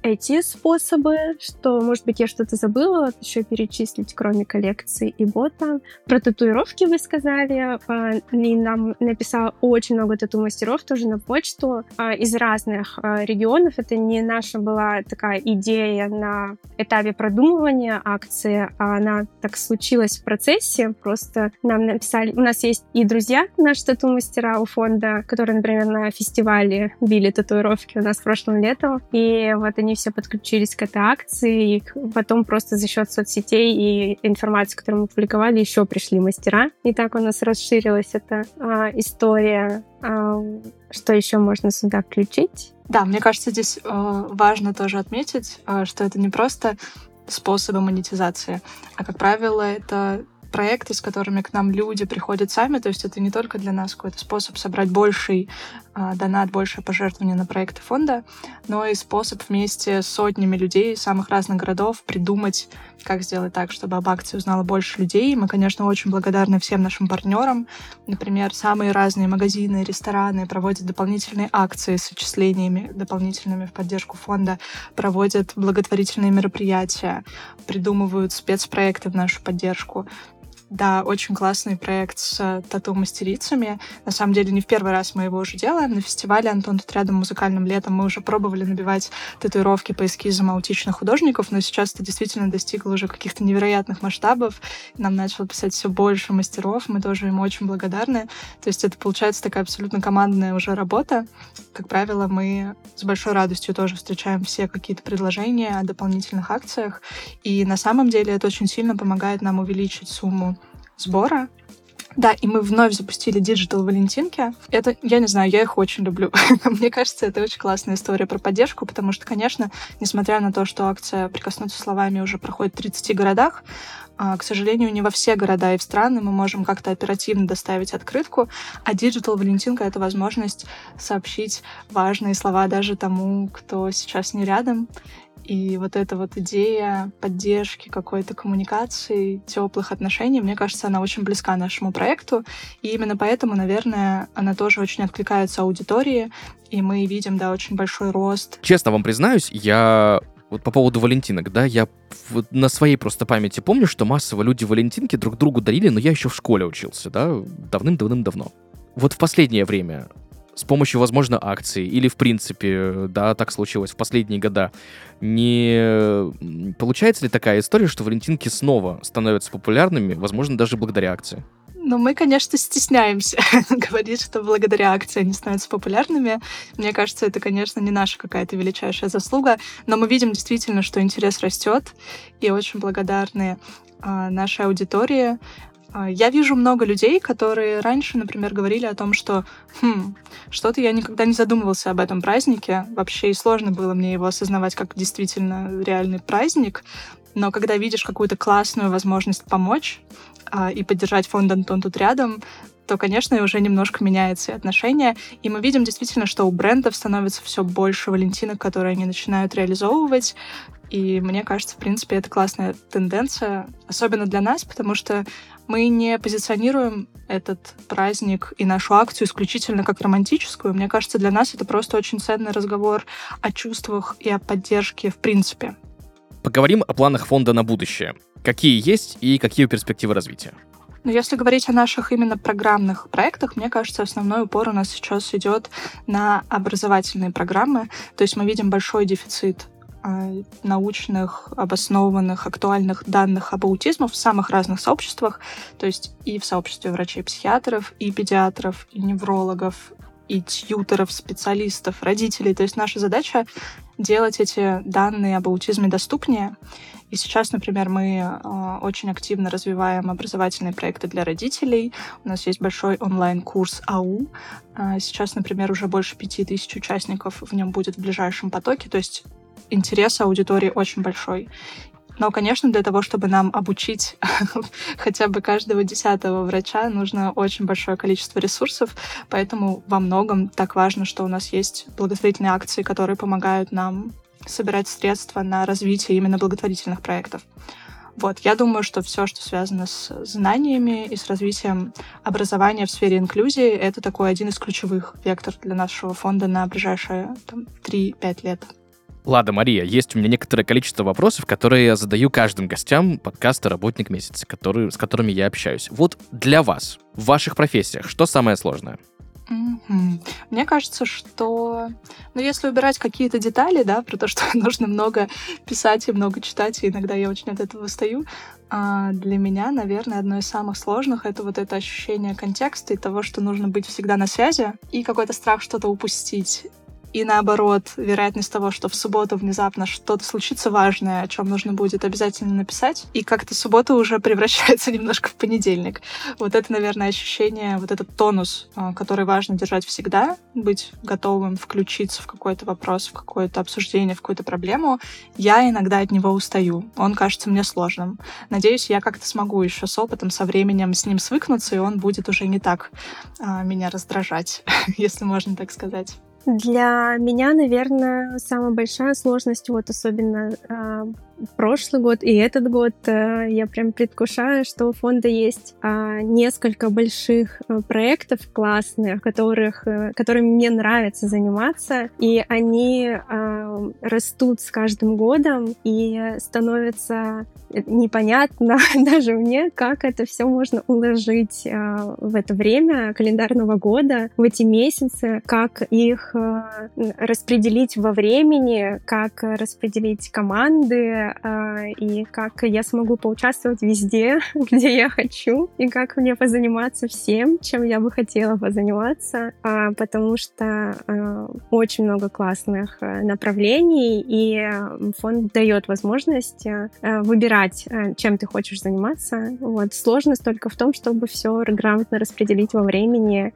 эти способы, что, может быть, я что-то забыла вот еще перечислить, кроме коллекции и бота. Про татуировки вы сказали. И нам написало очень много тату-мастеров тоже на почту из разных регионов. Это не наша была такая идея на этапе продумывания акции, а она так случилась в процессе. Просто нам написали... У нас есть и друзья, наши тату-мастера у фонда, которые, например, на фестивале били татуировки у нас прошлым летом. И вот они все подключились к этой акции, и потом просто за счет соцсетей и информации, которую мы публиковали, еще пришли мастера. И так у нас расширилась эта а, история. А, что еще можно сюда включить? Да, мне кажется, здесь э, важно тоже отметить, э, что это не просто способы монетизации, а, как правило, это проекты, с которыми к нам люди приходят сами, то есть это не только для нас какой-то способ собрать больший э, донат, большее пожертвование на проекты фонда, но и способ вместе с сотнями людей из самых разных городов придумать, как сделать так, чтобы об акции узнало больше людей. Мы, конечно, очень благодарны всем нашим партнерам. Например, самые разные магазины, рестораны проводят дополнительные акции с отчислениями дополнительными в поддержку фонда, проводят благотворительные мероприятия, придумывают спецпроекты в нашу поддержку. Да, очень классный проект с тату-мастерицами. На самом деле, не в первый раз мы его уже делаем. На фестивале «Антон тут рядом» музыкальным летом мы уже пробовали набивать татуировки по эскизам аутичных художников, но сейчас это действительно достигло уже каких-то невероятных масштабов. Нам начало писать все больше мастеров, мы тоже им очень благодарны. То есть это получается такая абсолютно командная уже работа. Как правило, мы с большой радостью тоже встречаем все какие-то предложения о дополнительных акциях. И на самом деле это очень сильно помогает нам увеличить сумму сбора. Да, и мы вновь запустили Digital Валентинки. Это, я не знаю, я их очень люблю. Мне кажется, это очень классная история про поддержку, потому что, конечно, несмотря на то, что акция «Прикоснуться словами» уже проходит в тридцати городах, к сожалению, не во все города и в страны мы можем как-то оперативно доставить открытку, а Digital Валентинка — это возможность сообщить важные слова даже тому, кто сейчас не рядом. И вот эта вот идея поддержки, какой-то коммуникации, теплых отношений, мне кажется, она очень близка нашему проекту. И именно поэтому, наверное, она тоже очень откликается аудитории. И мы видим, да, очень большой рост. Честно вам признаюсь, я... Вот по поводу валентинок, да, я вот на своей просто памяти помню, что массово люди валентинки друг другу дарили, но я еще в школе учился, да, давным-давным-давно. Вот в последнее время с помощью, возможно, акций или, в принципе, да, так случилось в последние года, не получается ли такая история, что валентинки снова становятся популярными, возможно, даже благодаря акции? Ну, мы, конечно, стесняемся говорить, что благодаря акции они становятся популярными. Мне кажется, это, конечно, не наша какая-то величайшая заслуга, но мы видим действительно, что интерес растет, и очень благодарны а, нашей аудитории. Я вижу много людей, которые раньше, например, говорили о том, что хм, что-то я никогда не задумывался об этом празднике. Вообще и сложно было мне его осознавать как действительно реальный праздник. Но когда видишь какую-то классную возможность помочь а, и поддержать фонд «Антон тут рядом», то, конечно, уже немножко меняется и отношение. И мы видим действительно, что у брендов становится все больше валентинок, которые они начинают реализовывать. И мне кажется, в принципе, это классная тенденция, особенно для нас, потому что мы не позиционируем этот праздник и нашу акцию исключительно как романтическую. Мне кажется, для нас это просто очень ценный разговор о чувствах и о поддержке в принципе. Поговорим о планах фонда на будущее. Какие есть и какие перспективы развития? Но если говорить о наших именно программных проектах, мне кажется, основной упор у нас сейчас идет на образовательные программы. То есть мы видим большой дефицит э, научных, обоснованных, актуальных данных об аутизме в самых разных сообществах. То есть и в сообществе врачей-психиатров, и педиатров, и неврологов, и тьюторов, специалистов, родителей. То есть наша задача делать эти данные об аутизме доступнее. И сейчас, например, мы э, очень активно развиваем образовательные проекты для родителей. У нас есть большой онлайн-курс АУ. Э, сейчас, например, уже больше пяти тысяч участников в нем будет в ближайшем потоке. То есть интерес аудитории очень большой. Но, конечно, для того, чтобы нам обучить хотя бы каждого десятого врача, нужно очень большое количество ресурсов, поэтому во многом так важно, что у нас есть благотворительные акции, которые помогают нам собирать средства на развитие именно благотворительных проектов. Вот, я думаю, что все, что связано с знаниями и с развитием образования в сфере инклюзии, это такой один из ключевых векторов для нашего фонда на ближайшие там, три-пять лет. Ладно, Мария, есть у меня некоторое количество вопросов, которые я задаю каждым гостям подкаста «Работник месяца», который, с которыми я общаюсь. Вот для вас, в ваших профессиях, что самое сложное? Mm-hmm. Мне кажется, что, ну, если убирать какие-то детали, да, про то, что нужно много писать и много читать, и иногда я очень от этого устаю, а для меня, наверное, одно из самых сложных — это вот это ощущение контекста и того, что нужно быть всегда на связи, и какой-то страх что-то упустить. И наоборот, вероятность того, что в субботу внезапно что-то случится важное, о чем нужно будет обязательно написать, и как-то суббота уже превращается немножко в понедельник. Вот это, наверное, ощущение, вот этот тонус, который важно держать всегда, быть готовым включиться в какой-то вопрос, в какое-то обсуждение, в какую-то проблему. Я иногда от него устаю. Он кажется мне сложным. Надеюсь, я как-то смогу еще с опытом, со временем с ним свыкнуться, и он будет уже не так а, меня раздражать, если можно так сказать. Для меня, наверное, самая большая сложность, вот особенно э, прошлый год и этот год, э, я прям предвкушаю, что у фонда есть э, несколько больших э, проектов классных, которых, э, которыми мне нравится заниматься, и они э, растут с каждым годом, и становится непонятно даже мне, как это все можно уложить э, в это время календарного года, в эти месяцы, как их распределить во времени, как распределить команды, и как я смогу поучаствовать везде, где я хочу, и как мне позаниматься всем, чем я бы хотела позаниматься, потому что очень много классных направлений, и фонд дает возможность выбирать, чем ты хочешь заниматься. Вот. Сложность только в том, чтобы все грамотно распределить во времени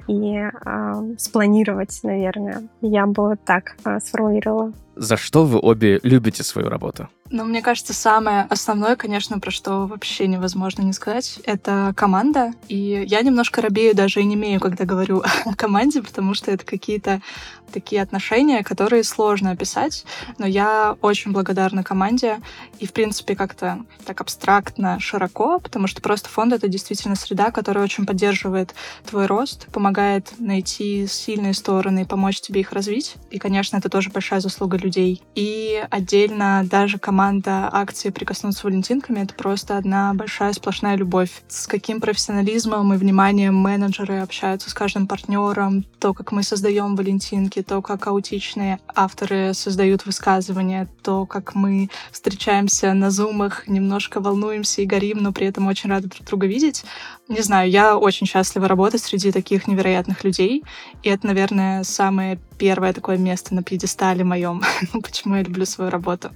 и спланировать, наверное. Я бы вот так а, сформулировала. За что вы обе любите свою работу? Ну, мне кажется, самое основное, конечно, про что вообще невозможно не сказать, это команда. И я немножко робею, даже и не имею, когда говорю о команде, потому что это какие-то такие отношения, которые сложно описать. Но я очень благодарна команде. И, в принципе, как-то так абстрактно, широко, потому что просто фонд — это действительно среда, которая очень поддерживает твой рост, помогает найти сильные стороны и помочь тебе их развить. И, конечно, это тоже большая заслуга людей. И отдельно даже команда Команда акции «Прикоснуться валентинками» — это просто одна большая сплошная любовь. С каким профессионализмом и вниманием менеджеры общаются с каждым партнером, то, как мы создаем валентинки, то, как аутичные авторы создают высказывания, то, как мы встречаемся на зумах, немножко волнуемся и горим, но при этом очень рады друг друга видеть. Не знаю, я очень счастлива работать среди таких невероятных людей, и это, наверное, самое первое такое место на пьедестале моем, почему я люблю свою работу.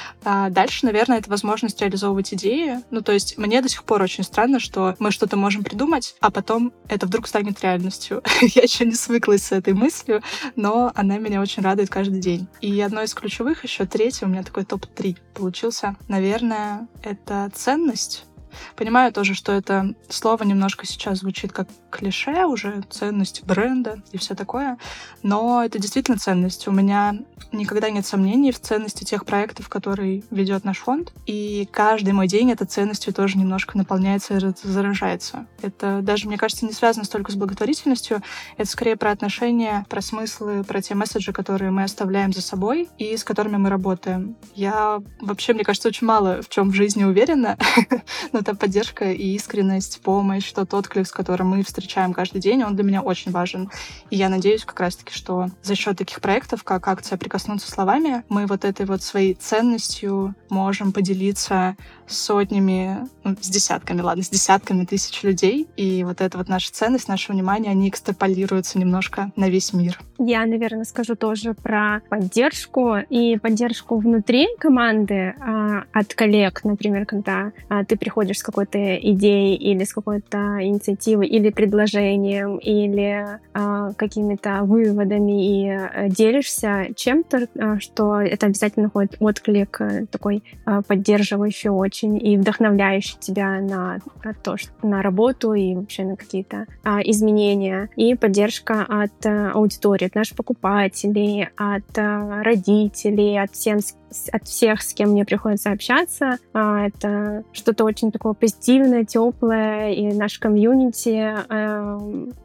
А дальше, наверное, это возможность реализовывать идеи. Ну, то есть мне до сих пор очень странно, что мы что-то можем придумать, а потом это вдруг станет реальностью. Я еще не свыклась с этой мыслью, но она меня очень радует каждый день. И одно из ключевых, еще третье, у меня такой топ три получился. Наверное, это ценность. Понимаю тоже, что это слово немножко сейчас звучит как клише уже, ценность бренда и все такое, но это действительно ценность. У меня никогда нет сомнений в ценности тех проектов, которые ведет наш фонд, и каждый мой день этой ценностью тоже немножко наполняется и заражается. Это даже, мне кажется, не связано столько с благотворительностью, это скорее про отношения, про смыслы, про те месседжи, которые мы оставляем за собой и с которыми мы работаем. Я вообще, мне кажется, очень мало в чем в жизни уверена, но та поддержка и искренность, помощь, тот отклик, с которым мы встречаем каждый день, он для меня очень важен. И я надеюсь как раз-таки, что за счет таких проектов, как акция «Прикоснуться словами», мы вот этой вот своей ценностью можем поделиться с сотнями, ну, с десятками, ладно, с десятками тысяч людей. И вот эта вот наша ценность, наше внимание, они экстраполируются немножко на весь мир. Я, наверное, скажу тоже про поддержку и поддержку внутри команды а, от коллег, например, когда а, ты приходишь с какой-то идеей или с какой-то инициативой, или предложением, или а, какими-то выводами и а, делишься чем-то, а, что это обязательно находит отклик а, такой а, поддерживающий очень и вдохновляющий тебя на, на то, что, на работу и вообще на какие-то а, изменения. И поддержка от а, аудитории, от наших покупателей, от а, родителей, от, всем, от всех, с кем мне приходится общаться. А, это что-то очень такое позитивное, теплое, и наш комьюнити а,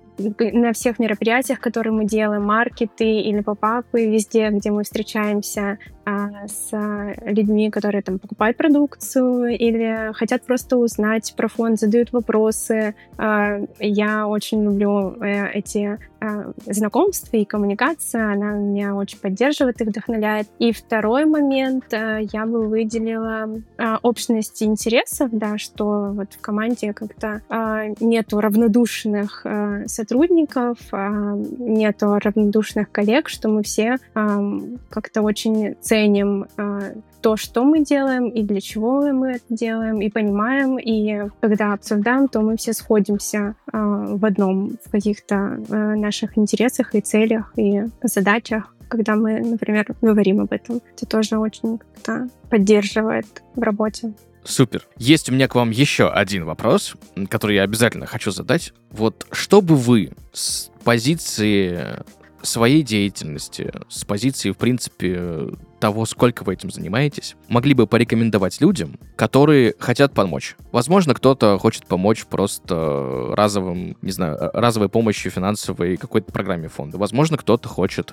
на всех мероприятиях, которые мы делаем, маркеты или поп-апы, везде, где мы встречаемся, а, с людьми, которые там покупают продукцию или хотят просто узнать про фонд, задают вопросы. А, я очень люблю э, эти а, знакомства и коммуникация, она меня очень поддерживает и вдохновляет. И второй момент, а, я бы выделила а, общность интересов, да, что вот в команде как-то а, нету равнодушных а, сотрудников, а, нету равнодушных коллег, что мы все а, как-то очень ценим а, то, что мы делаем и для чего мы это делаем, и понимаем, и когда обсуждаем, то мы все сходимся а, в одном, в каких-то а, наших интересах и целях, и задачах, когда мы, например, говорим об этом. Это тоже очень как-то поддерживает в работе. Супер. Есть у меня к вам еще один вопрос, который я обязательно хочу задать. Вот что бы вы с позиции своей деятельности, с позиции, в принципе, того, сколько вы этим занимаетесь, могли бы порекомендовать людям, которые хотят помочь? Возможно, кто-то хочет помочь просто разовым, не знаю, разовой помощью финансовой какой-то программе фонда. Возможно, кто-то хочет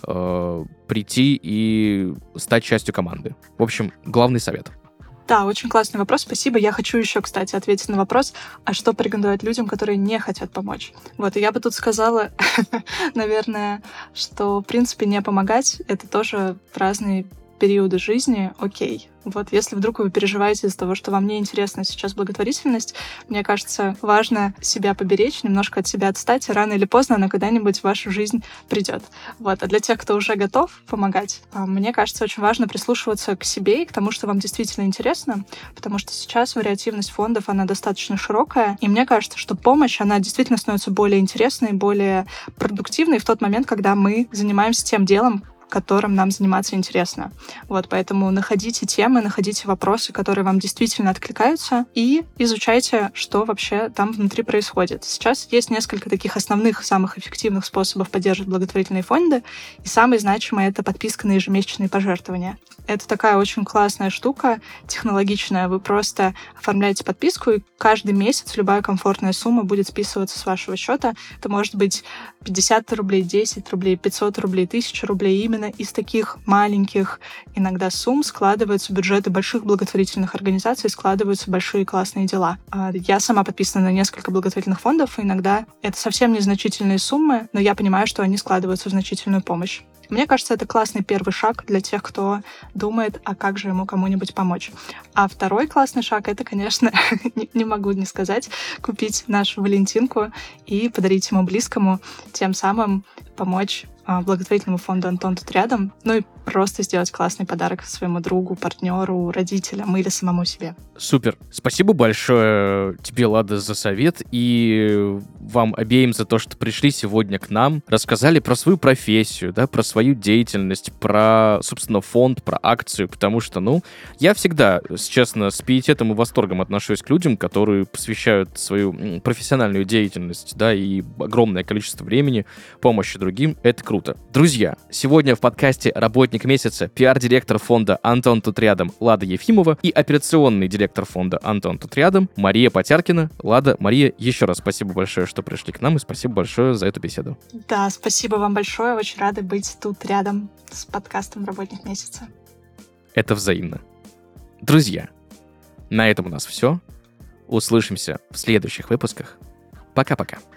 э, прийти и стать частью команды. В общем, главный совет. Да, очень классный вопрос, спасибо. Я хочу еще, кстати, ответить на вопрос, а что порекомендовать людям, которые не хотят помочь? Вот, и я бы тут сказала, наверное, что, в принципе, не помогать — это тоже в разные периоды жизни окей. Вот, если вдруг вы переживаете из-за того, что вам не интересна сейчас благотворительность, мне кажется, важно себя поберечь, немножко от себя отстать, и рано или поздно она когда-нибудь в вашу жизнь придет. Вот. А для тех, кто уже готов помогать, мне кажется, очень важно прислушиваться к себе и к тому, что вам действительно интересно, потому что сейчас вариативность фондов, она достаточно широкая, и мне кажется, что помощь, она действительно становится более интересной, более продуктивной в тот момент, когда мы занимаемся тем делом, которым нам заниматься интересно. Вот, поэтому находите темы, находите вопросы, которые вам действительно откликаются, и изучайте, что вообще там внутри происходит. Сейчас есть несколько таких основных, самых эффективных способов поддерживать благотворительные фонды, и самый значимый — это подписка на ежемесячные пожертвования. Это такая очень классная штука, технологичная. Вы просто оформляете подписку, и каждый месяц любая комфортная сумма будет списываться с вашего счета. Это может быть пятьдесят рублей, десять рублей, пятьсот рублей, тысяча рублей. Именно из таких маленьких иногда сумм складываются бюджеты больших благотворительных организаций, складываются большие классные дела. Я сама подписана на несколько благотворительных фондов, и иногда это совсем незначительные суммы, но я понимаю, что они складываются в значительную помощь. Мне кажется, это классный первый шаг для тех, кто думает, а как же ему кому-нибудь помочь. А второй классный шаг — это, конечно, не могу не сказать, купить нашу Валентинку и подарить ему близкому, тем самым помочь благотворительному фонду «Антон тут рядом», ну и просто сделать классный подарок своему другу, партнеру, родителям или самому себе. Супер. Спасибо большое тебе, Лада, за совет, и вам обеим за то, что пришли сегодня к нам, рассказали про свою профессию, да, про свою деятельность, про, собственно, фонд, про акцию, потому что, ну, я всегда, честно, с пиететом и восторгом отношусь к людям, которые посвящают свою профессиональную деятельность, да, и огромное количество времени помощи другим. Это круто. Друзья, сегодня в подкасте «Работник месяца» пиар-директор фонда «Антон тут рядом» Лада Ефимова и операционный директор фонда «Антон тут рядом» Мария Потяркина. Лада, Мария, еще раз спасибо большое, что пришли к нам, и спасибо большое за эту беседу. Да, спасибо вам большое. Очень рада быть тут рядом с подкастом «Работник месяца». Это взаимно. Друзья, на этом у нас все. Услышимся в следующих выпусках. Пока-пока.